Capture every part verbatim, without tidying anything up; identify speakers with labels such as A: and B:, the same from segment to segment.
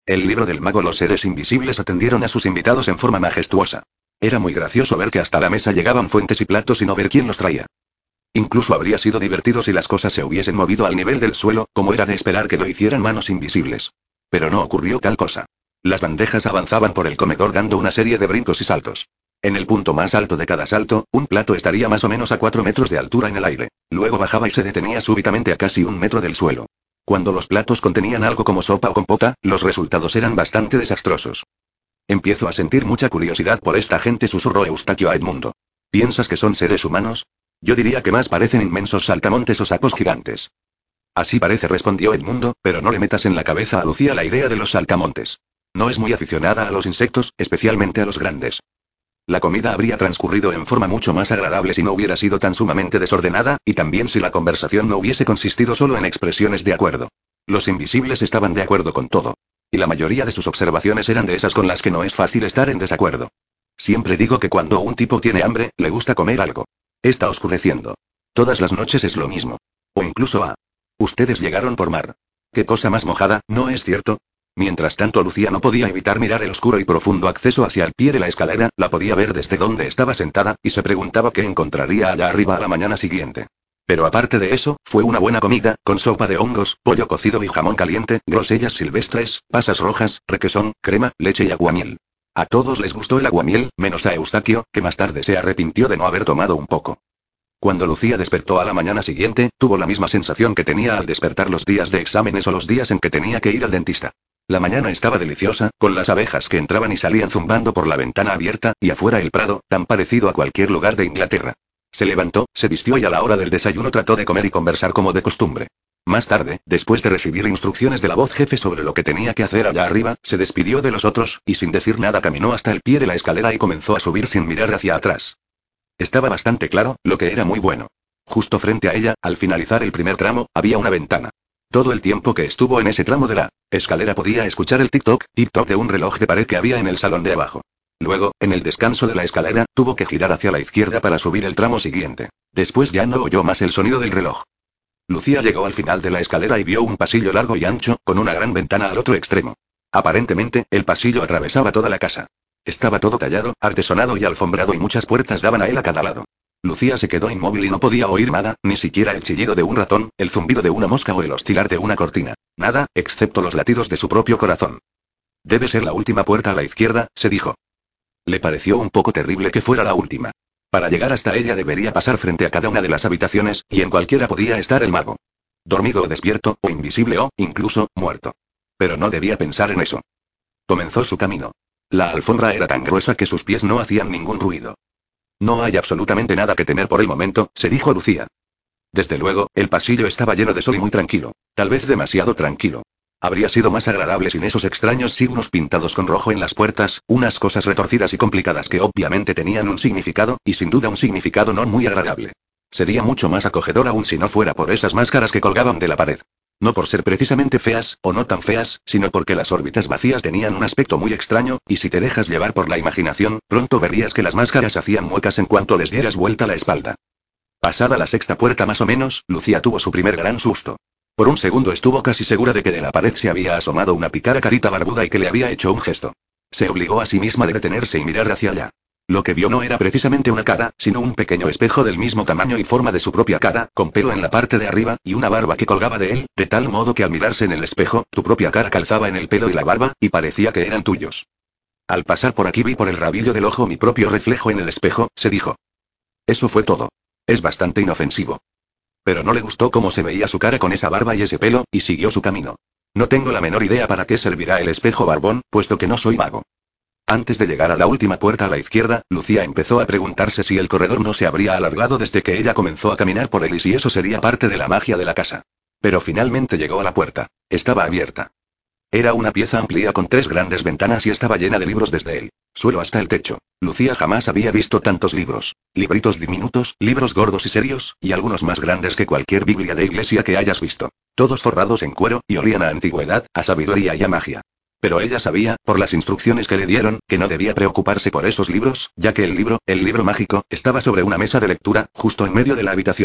A: El libro del mago. Los seres invisibles atendieron a sus invitados en forma majestuosa. Era muy gracioso ver que hasta la mesa llegaban fuentes y platos y no ver quién los traía. Incluso habría sido divertido si las cosas se hubiesen movido al nivel del suelo, como era de esperar que lo hicieran manos invisibles. Pero no ocurrió tal cosa. Las bandejas avanzaban por el comedor dando una serie de brincos y saltos. En el punto más alto de cada salto, un plato estaría más o menos a cuatro metros de altura en el aire. Luego bajaba y se detenía súbitamente a casi un metro del suelo. Cuando los platos contenían algo como sopa o compota, los resultados eran bastante desastrosos. Empiezo a sentir mucha curiosidad por esta gente, susurró Eustaquio a Edmundo. ¿Piensas que son seres humanos? Yo diría que más parecen inmensos saltamontes o sapos gigantes. Así parece, respondió Edmundo, pero no le metas en la cabeza a Lucía la idea de los saltamontes. No es muy aficionada a los insectos, especialmente a los grandes. La comida habría transcurrido en forma mucho más agradable si no hubiera sido tan sumamente desordenada, y también si la conversación no hubiese consistido solo en expresiones de acuerdo. Los invisibles estaban de acuerdo con todo. Y la mayoría de sus observaciones eran de esas con las que no es fácil estar en desacuerdo. Siempre digo que cuando un tipo tiene hambre, le gusta comer algo. Está oscureciendo. Todas las noches es lo mismo. O incluso a. Ustedes llegaron por mar. ¿Qué cosa más mojada, no es cierto? Mientras tanto, Lucía no podía evitar mirar el oscuro y profundo acceso hacia el pie de la escalera, la podía ver desde donde estaba sentada, y se preguntaba qué encontraría allá arriba a la mañana siguiente. Pero aparte de eso, fue una buena comida, con sopa de hongos, pollo cocido y jamón caliente, grosellas silvestres, pasas rojas, requesón, crema, leche y aguamiel. A todos les gustó el aguamiel, menos a Eustaquio, que más tarde se arrepintió de no haber tomado un poco. Cuando Lucía despertó a la mañana siguiente, tuvo la misma sensación que tenía al despertar los días de exámenes o los días en que tenía que ir al dentista. La mañana estaba deliciosa, con las abejas que entraban y salían zumbando por la ventana abierta, y afuera el prado, tan parecido a cualquier lugar de Inglaterra. Se levantó, se vistió y a la hora del desayuno trató de comer y conversar como de costumbre. Más tarde, después de recibir instrucciones de la voz jefe sobre lo que tenía que hacer allá arriba, se despidió de los otros, y sin decir nada caminó hasta el pie de la escalera y comenzó a subir sin mirar hacia atrás. Estaba bastante claro, lo que era muy bueno. Justo frente a ella, al finalizar el primer tramo, había una ventana. Todo el tiempo que estuvo en ese tramo de la escalera podía escuchar el tic-toc, tic-toc de un reloj de pared que había en el salón de abajo. Luego, en el descanso de la escalera, tuvo que girar hacia la izquierda para subir el tramo siguiente. Después ya no oyó más el sonido del reloj. Lucía llegó al final de la escalera y vio un pasillo largo y ancho, con una gran ventana al otro extremo. Aparentemente, el pasillo atravesaba toda la casa. Estaba todo tallado, artesonado y alfombrado y muchas puertas daban a él a cada lado. Lucía se quedó inmóvil y no podía oír nada, ni siquiera el chillido de un ratón, el zumbido de una mosca o el oscilar de una cortina. Nada, excepto los latidos de su propio corazón. Debe ser la última puerta a la izquierda, se dijo. Le pareció un poco terrible que fuera la última. Para llegar hasta ella debería pasar frente a cada una de las habitaciones, y en cualquiera podía estar el mago. Dormido o despierto, o invisible o, incluso, muerto. Pero no debía pensar en eso. Comenzó su camino. La alfombra era tan gruesa que sus pies no hacían ningún ruido. No hay absolutamente nada que temer por el momento, se dijo Lucía. Desde luego, el pasillo estaba lleno de sol y muy tranquilo. Tal vez demasiado tranquilo. Habría sido más agradable sin esos extraños signos pintados con rojo en las puertas, unas cosas retorcidas y complicadas que obviamente tenían un significado, y sin duda un significado no muy agradable. Sería mucho más acogedor aún si no fuera por esas máscaras que colgaban de la pared. No por ser precisamente feas, o no tan feas, sino porque las órbitas vacías tenían un aspecto muy extraño, y si te dejas llevar por la imaginación, pronto verías que las máscaras hacían muecas en cuanto les dieras vuelta la espalda. Pasada la sexta puerta más o menos, Lucía tuvo su primer gran susto. Por un segundo estuvo casi segura de que de la pared se había asomado una pícara carita barbuda y que le había hecho un gesto. Se obligó a sí misma de detenerse y mirar hacia allá. Lo que vio no era precisamente una cara, sino un pequeño espejo del mismo tamaño y forma de su propia cara, con pelo en la parte de arriba, y una barba que colgaba de él, de tal modo que al mirarse en el espejo, tu propia cara calzaba en el pelo y la barba, y parecía que eran tuyos. Al pasar por aquí vi por el rabillo del ojo mi propio reflejo en el espejo, se dijo. Eso fue todo. Es bastante inofensivo. Pero no le gustó cómo se veía su cara con esa barba y ese pelo, y siguió su camino. No tengo la menor idea para qué servirá el espejo barbón, puesto que no soy mago. Antes de llegar a la última puerta a la izquierda, Lucía empezó a preguntarse si el corredor no se habría alargado desde que ella comenzó a caminar por él y si eso sería parte de la magia de la casa. Pero finalmente llegó a la puerta. Estaba abierta. Era una pieza amplia con tres grandes ventanas y estaba llena de libros desde el suelo hasta el techo. Lucía jamás había visto tantos libros. Libritos diminutos, libros gordos y serios, y algunos más grandes que cualquier biblia de iglesia que hayas visto. Todos forrados en cuero, y olían a antigüedad, a sabiduría y a magia. Pero ella sabía, por las instrucciones que le dieron, que no debía preocuparse por esos libros, ya que el libro, el libro mágico, estaba sobre una mesa de lectura, justo en medio de la habitación.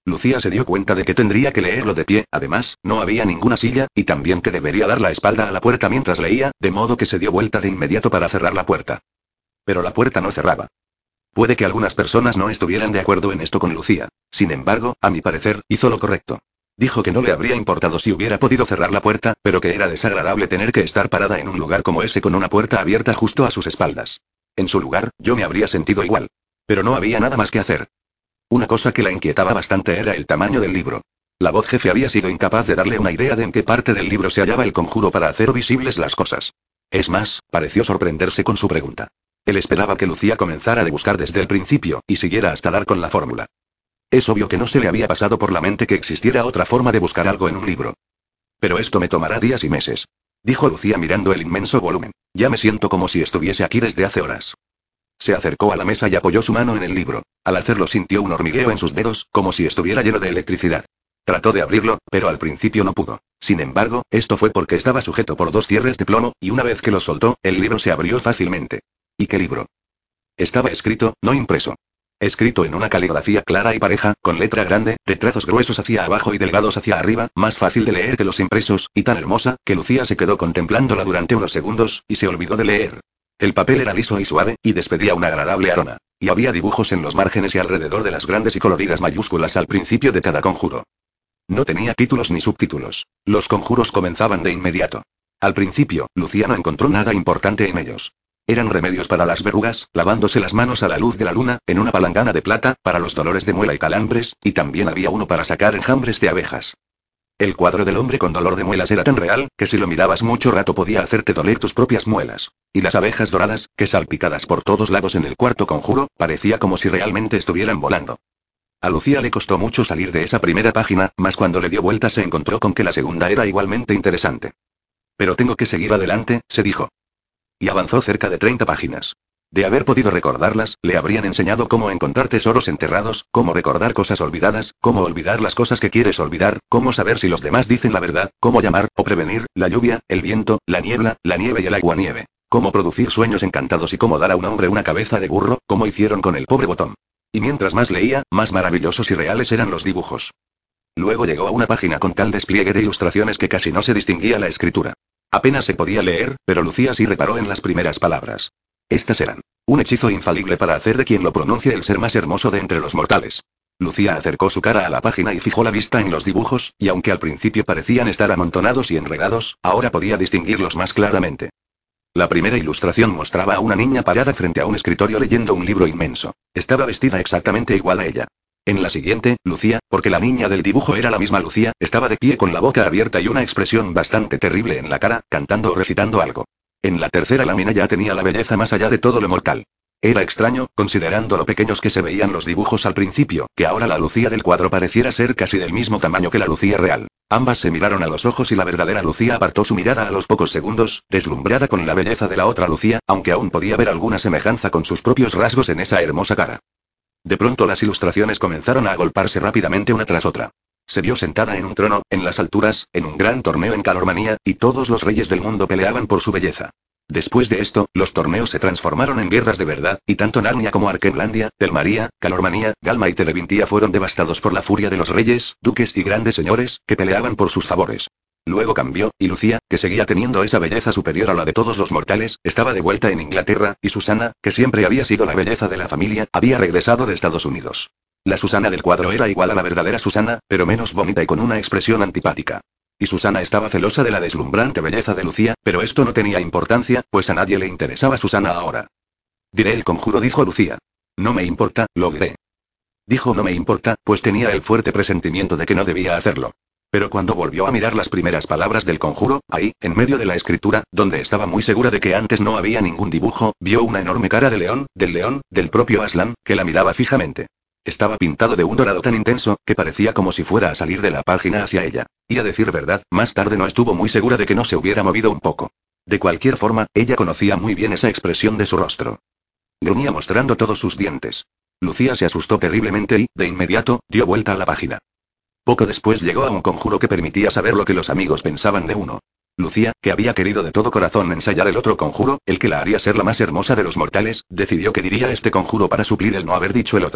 A: Lucía se dio cuenta de que tendría que leerlo de pie, además, no había ninguna silla, y también que debería dar la espalda a la puerta mientras leía, de modo que se dio vuelta de inmediato para cerrar la puerta. Pero la puerta no cerraba. Puede que algunas personas no estuvieran de acuerdo en esto con Lucía. Sin embargo, a mi parecer, hizo lo correcto. Dijo que no le habría importado si hubiera podido cerrar la puerta, pero que era desagradable tener que estar parada en un lugar como ese con una puerta abierta justo a sus espaldas. En su lugar, yo me habría sentido igual. Pero no había nada más que hacer. Una cosa que la inquietaba bastante era el tamaño del libro. La voz jefe había sido incapaz de darle una idea de en qué parte del libro se hallaba el conjuro para hacer visibles las cosas. Es más, pareció sorprenderse con su pregunta. Él esperaba que Lucía comenzara de buscar desde el principio, y siguiera hasta dar con la fórmula. Es obvio que no se le había pasado por la mente que existiera otra forma de buscar algo en un libro. Pero esto me tomará días y meses. Dijo Lucía mirando el inmenso volumen. Ya me siento como si estuviese aquí desde hace horas. Se acercó a la mesa y apoyó su mano en el libro. Al hacerlo sintió un hormigueo en sus dedos, como si estuviera lleno de electricidad. Trató de abrirlo, pero al principio no pudo. Sin embargo, esto fue porque estaba sujeto por dos cierres de plomo, y una vez que lo soltó, el libro se abrió fácilmente. ¿Y qué libro? Estaba escrito, no impreso. Escrito en una caligrafía clara y pareja, con letra grande, de trazos gruesos hacia abajo y delgados hacia arriba, más fácil de leer que los impresos, y tan hermosa, que Lucía se quedó contemplándola durante unos segundos, y se olvidó de leer. El papel era liso y suave, y despedía un agradable aroma. Y había dibujos en los márgenes y alrededor de las grandes y coloridas mayúsculas al principio de cada conjuro. No tenía títulos ni subtítulos. Los conjuros comenzaban de inmediato. Al principio, Lucía no encontró nada importante en ellos. Eran remedios para las verrugas, lavándose las manos a la luz de la luna, en una palangana de plata, para los dolores de muela y calambres, y también había uno para sacar enjambres de abejas. El cuadro del hombre con dolor de muelas era tan real, que si lo mirabas mucho rato podía hacerte doler tus propias muelas. Y las abejas doradas, que salpicadas por todos lados en el cuarto conjuro, parecía como si realmente estuvieran volando. A Lucía le costó mucho salir de esa primera página, mas cuando le dio vuelta se encontró con que la segunda era igualmente interesante. Pero tengo que seguir adelante, se dijo. Y avanzó cerca de treinta páginas. De haber podido recordarlas, le habrían enseñado cómo encontrar tesoros enterrados, cómo recordar cosas olvidadas, cómo olvidar las cosas que quieres olvidar, cómo saber si los demás dicen la verdad, cómo llamar, o prevenir, la lluvia, el viento, la niebla, la nieve y el aguanieve. Cómo producir sueños encantados y cómo dar a un hombre una cabeza de burro, como hicieron con el pobre botón. Y mientras más leía, más maravillosos y reales eran los dibujos. Luego llegó a una página con tal despliegue de ilustraciones que casi no se distinguía la escritura. Apenas se podía leer, pero Lucía sí reparó en las primeras palabras. Estas eran. Un hechizo infalible para hacer de quien lo pronuncie el ser más hermoso de entre los mortales. Lucía acercó su cara a la página y fijó la vista en los dibujos, y aunque al principio parecían estar amontonados y enredados, ahora podía distinguirlos más claramente. La primera ilustración mostraba a una niña parada frente a un escritorio leyendo un libro inmenso. Estaba vestida exactamente igual a ella. En la siguiente, Lucía, porque la niña del dibujo era la misma Lucía, estaba de pie con la boca abierta y una expresión bastante terrible en la cara, cantando o recitando algo. En la tercera lámina ya tenía la belleza más allá de todo lo mortal. Era extraño, considerando lo pequeños que se veían los dibujos al principio, que ahora la Lucía del cuadro pareciera ser casi del mismo tamaño que la Lucía real. Ambas se miraron a los ojos y la verdadera Lucía apartó su mirada a los pocos segundos, deslumbrada con la belleza de la otra Lucía, aunque aún podía ver alguna semejanza con sus propios rasgos en esa hermosa cara. De pronto las ilustraciones comenzaron a agolparse rápidamente una tras otra. Se vio sentada en un trono, en las alturas, en un gran torneo en Calormanía, y todos los reyes del mundo peleaban por su belleza. Después de esto, los torneos se transformaron en guerras de verdad, y tanto Narnia como Arkenlandia, Telmaria, Calormanía, Galma y Televintia fueron devastados por la furia de los reyes, duques y grandes señores, que peleaban por sus favores. Luego cambió, y Lucía, que seguía teniendo esa belleza superior a la de todos los mortales, estaba de vuelta en Inglaterra, y Susana, que siempre había sido la belleza de la familia, había regresado de Estados Unidos. La Susana del cuadro era igual a la verdadera Susana, pero menos bonita y con una expresión antipática. Y Susana estaba celosa de la deslumbrante belleza de Lucía, pero esto no tenía importancia, pues a nadie le interesaba Susana ahora. Diré el conjuro, dijo Lucía. No me importa, lo diré. Dijo no me importa, pues tenía el fuerte presentimiento de que no debía hacerlo. Pero cuando volvió a mirar las primeras palabras del conjuro, ahí, en medio de la escritura, donde estaba muy segura de que antes no había ningún dibujo, vio una enorme cara de león, del león, del propio Aslan, que la miraba fijamente. Estaba pintado de un dorado tan intenso, que parecía como si fuera a salir de la página hacia ella. Y a decir verdad, más tarde no estuvo muy segura de que no se hubiera movido un poco. De cualquier forma, ella conocía muy bien esa expresión de su rostro. Gruñía mostrando todos sus dientes. Lucía se asustó terriblemente y, de inmediato, dio vuelta a la página. Poco después llegó a un conjuro que permitía saber lo que los amigos pensaban de uno. Lucía, que había querido de todo corazón ensayar el otro conjuro, el que la haría ser la más hermosa de los mortales, decidió que diría este conjuro para suplir el no haber dicho el otro.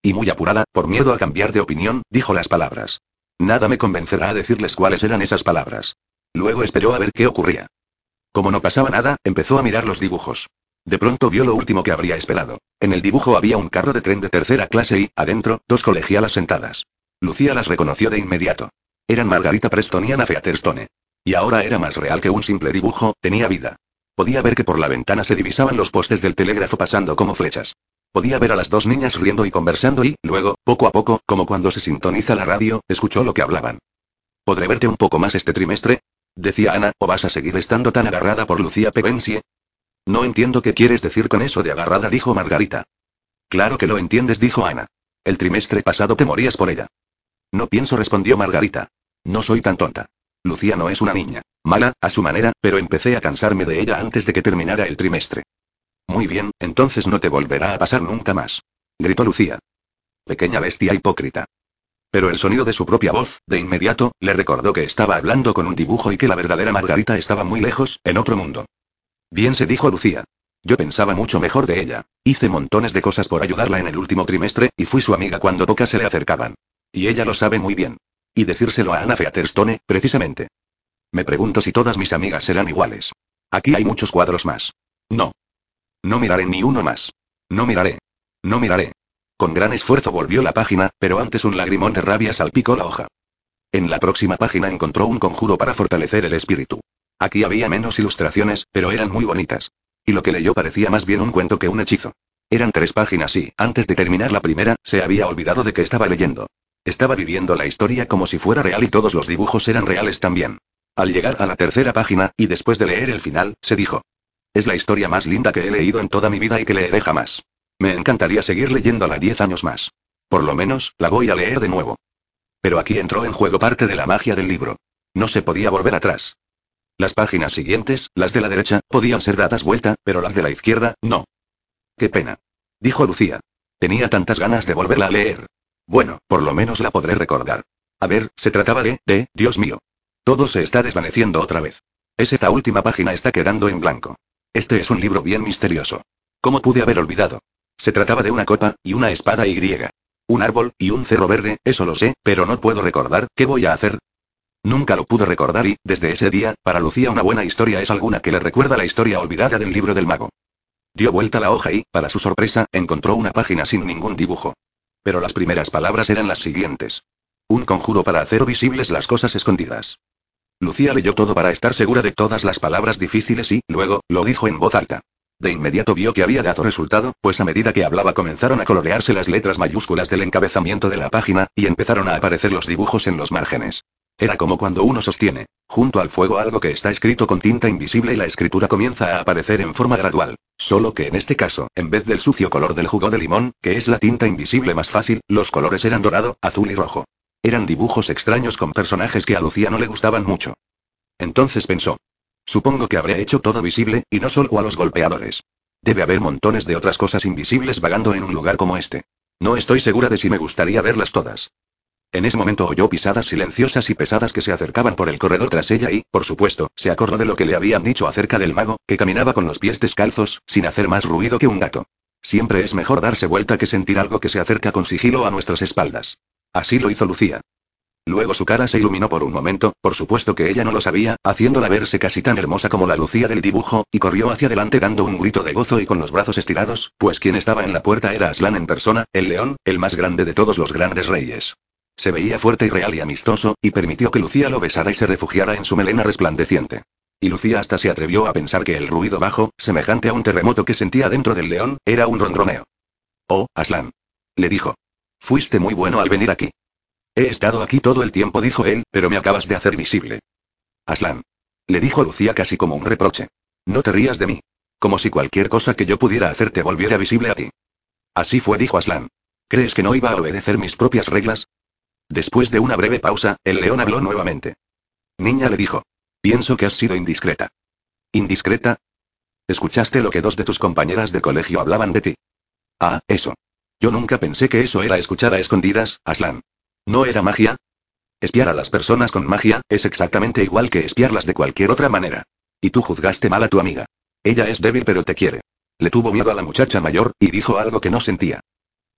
A: Y muy apurada, por miedo a cambiar de opinión, dijo las palabras. Nada me convencerá a decirles cuáles eran esas palabras. Luego esperó a ver qué ocurría. Como no pasaba nada, empezó a mirar los dibujos. De pronto vio lo último que habría esperado. En el dibujo había un carro de tren de tercera clase y, adentro, dos colegialas sentadas. Lucía las reconoció de inmediato. Eran Margarita Preston y Anna Featherstone. Y ahora era más real que un simple dibujo, tenía vida. Podía ver que por la ventana se divisaban los postes del telégrafo pasando como flechas. Podía ver a las dos niñas riendo y conversando y, luego, poco a poco, como cuando se sintoniza la radio, escuchó lo que hablaban. ¿Podré verte un poco más este trimestre?, decía Ana, ¿o vas a seguir estando tan agarrada por Lucía Pevensie? No entiendo qué quieres decir con eso de agarrada, dijo Margarita. Claro que lo entiendes, dijo Ana. El trimestre pasado te morías por ella. No pienso, respondió Margarita. No soy tan tonta. Lucía no es una niña. Mala, a su manera, pero empecé a cansarme de ella antes de que terminara el trimestre. Muy bien, entonces no te volverá a pasar nunca más, gritó Lucía. Pequeña bestia hipócrita. Pero el sonido de su propia voz, de inmediato, le recordó que estaba hablando con un dibujo y que la verdadera Margarita estaba muy lejos, en otro mundo. Bien, se dijo Lucía. Yo pensaba mucho mejor de ella. Hice montones de cosas por ayudarla en el último trimestre, y fui su amiga cuando pocas se le acercaban. Y ella lo sabe muy bien. Y decírselo a Anna Featherstone, precisamente. Me pregunto si todas mis amigas serán iguales. Aquí hay muchos cuadros más. No. No miraré ni uno más. No miraré. No miraré. Con gran esfuerzo volvió la página, pero antes un lagrimón de rabia salpicó la hoja. En la próxima página encontró un conjuro para fortalecer el espíritu. Aquí había menos ilustraciones, pero eran muy bonitas. Y lo que leyó parecía más bien un cuento que un hechizo. Eran tres páginas y, antes de terminar la primera, se había olvidado de que estaba leyendo. Estaba viviendo la historia como si fuera real y todos los dibujos eran reales también. Al llegar a la tercera página, y después de leer el final, se dijo: es la historia más linda que he leído en toda mi vida y que leeré jamás. Me encantaría seguir leyéndola diez años más. Por lo menos, la voy a leer de nuevo. Pero aquí entró en juego parte de la magia del libro. No se podía volver atrás. Las páginas siguientes, las de la derecha, podían ser dadas vuelta, pero las de la izquierda, no. Qué pena, dijo Lucía. Tenía tantas ganas de volverla a leer. Bueno, por lo menos la podré recordar. A ver, se trataba de, de, Dios mío. Todo se está desvaneciendo otra vez. Es esta última página está quedando en blanco. Este es un libro bien misterioso. ¿Cómo pude haber olvidado? Se trataba de una copa, y una espada y griega. Un árbol, y un cerro verde, eso lo sé, pero no puedo recordar, ¿qué voy a hacer? Nunca lo pudo recordar y, desde ese día, para Lucía una buena historia es alguna que le recuerda la historia olvidada del libro del mago. Dio vuelta la hoja y, para su sorpresa, encontró una página sin ningún dibujo. Pero las primeras palabras eran las siguientes. Un conjuro para hacer visibles las cosas escondidas. Lucía leyó todo para estar segura de todas las palabras difíciles y, luego, lo dijo en voz alta. De inmediato vio que había dado resultado, pues a medida que hablaba comenzaron a colorearse las letras mayúsculas del encabezamiento de la página, y empezaron a aparecer los dibujos en los márgenes. Era como cuando uno sostiene, junto al fuego, algo que está escrito con tinta invisible y la escritura comienza a aparecer en forma gradual. Solo que en este caso, en vez del sucio color del jugo de limón, que es la tinta invisible más fácil, los colores eran dorado, azul y rojo. Eran dibujos extraños con personajes que a Lucía no le gustaban mucho. Entonces pensó. Supongo que habré hecho todo visible, y no solo a los golpeadores. Debe haber montones de otras cosas invisibles vagando en un lugar como este. No estoy segura de si me gustaría verlas todas. En ese momento oyó pisadas silenciosas y pesadas que se acercaban por el corredor tras ella y, por supuesto, se acordó de lo que le habían dicho acerca del mago, que caminaba con los pies descalzos, sin hacer más ruido que un gato. Siempre es mejor darse vuelta que sentir algo que se acerca con sigilo a nuestras espaldas. Así lo hizo Lucía. Luego su cara se iluminó por un momento, por supuesto que ella no lo sabía, haciéndola verse casi tan hermosa como la Lucía del dibujo, y corrió hacia adelante dando un grito de gozo y con los brazos estirados, pues quien estaba en la puerta era Aslan en persona, el león, el más grande de todos los grandes reyes. Se veía fuerte y real y amistoso, y permitió que Lucía lo besara y se refugiara en su melena resplandeciente. Y Lucía hasta se atrevió a pensar que el ruido bajo, semejante a un terremoto que sentía dentro del león, era un ronroneo. Oh, Aslan, le dijo. Fuiste muy bueno al venir aquí. He estado aquí todo el tiempo, dijo él, pero me acabas de hacer visible. Aslan, le dijo Lucía casi como un reproche. No te rías de mí. Como si cualquier cosa que yo pudiera hacer te volviera visible a ti. Así fue, dijo Aslan. ¿Crees que no iba a obedecer mis propias reglas? Después de una breve pausa, el león habló nuevamente. Niña, le dijo. Pienso que has sido indiscreta. ¿Indiscreta? ¿Escuchaste lo que dos de tus compañeras de colegio hablaban de ti? Ah, eso. Yo nunca pensé que eso era escuchar a escondidas, Aslan. ¿No era magia? Espiar a las personas con magia, es exactamente igual que espiarlas de cualquier otra manera. Y tú juzgaste mal a tu amiga. Ella es débil pero te quiere. Le tuvo miedo a la muchacha mayor, y dijo algo que no sentía.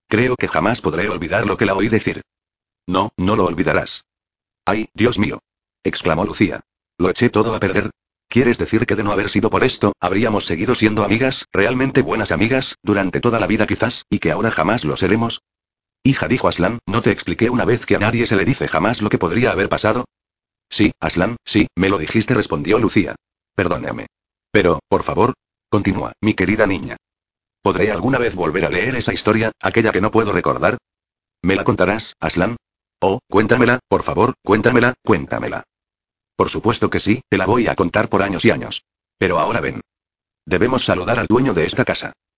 A: Creo que jamás podré olvidar lo que la oí decir. No, no lo olvidarás. ¡Ay, Dios mío! Exclamó Lucía. Lo eché todo a perder. ¿Quieres decir que de no haber sido por esto, habríamos seguido siendo amigas, realmente buenas amigas, durante toda la vida quizás, y que ahora jamás lo seremos? Hija, dijo Aslan, ¿no te expliqué una vez que a nadie se le dice jamás lo que podría haber pasado? Sí, Aslan, sí, me lo dijiste, respondió Lucía. Perdóname. Pero, por favor, continúa, mi querida niña. ¿Podré alguna vez volver a leer esa historia, aquella que no puedo recordar? ¿Me la contarás, Aslan? Oh, cuéntamela, por favor, cuéntamela, cuéntamela. Por supuesto que sí, te la voy a contar por años y años. Pero ahora ven. Debemos saludar al dueño de esta casa.